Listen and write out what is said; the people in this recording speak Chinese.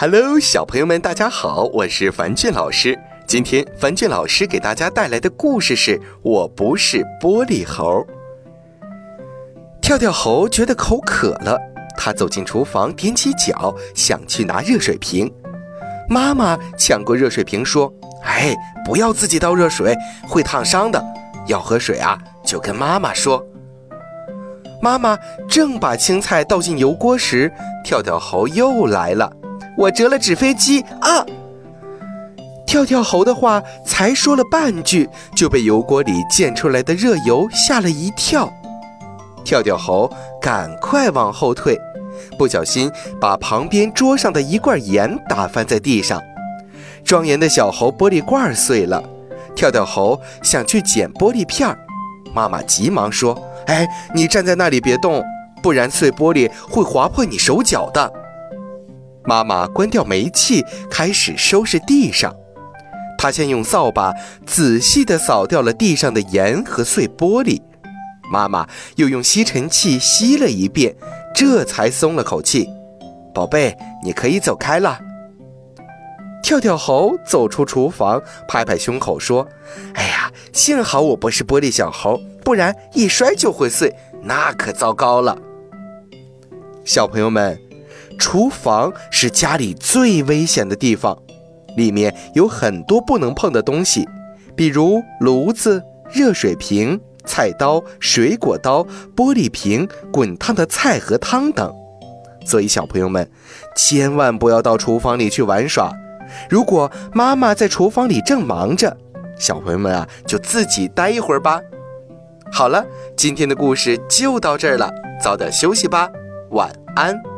Hello， 小朋友们，大家好，我是樊俊老师。今天樊俊老师给大家带来的故事是我不是玻璃猴。跳跳猴觉得口渴了，他走进厨房，踮起脚想去拿热水瓶。妈妈抢过热水瓶说：不要自己倒热水，会烫伤的，要喝水啊就跟妈妈说。妈妈正把青菜倒进油锅时，跳跳猴又来了：我折了纸飞机啊！跳跳猴的话才说了半句，就被油锅里溅出来的热油吓了一跳。跳跳猴赶快往后退，不小心把旁边桌上的一罐盐打翻在地上，装盐的小猴玻璃罐碎了。跳跳猴想去捡玻璃片，妈妈急忙说：你站在那里别动，不然碎玻璃会划破你手脚的。妈妈关掉煤气，开始收拾地上。她先用扫把仔细地扫掉了地上的盐和碎玻璃，妈妈又用吸尘器吸了一遍，这才松了口气。宝贝，你可以走开了。跳跳猴走出厨房，拍拍胸口说：幸好我不是玻璃小猴，不然一摔就会碎，那可糟糕了。小朋友们，厨房是家里最危险的地方，里面有很多不能碰的东西，比如炉子、热水瓶、菜刀、水果刀、玻璃瓶、滚烫的菜和汤等。所以小朋友们，千万不要到厨房里去玩耍。如果妈妈在厨房里正忙着，小朋友们就自己待一会儿吧。好了，今天的故事就到这儿了，早点休息吧，晚安。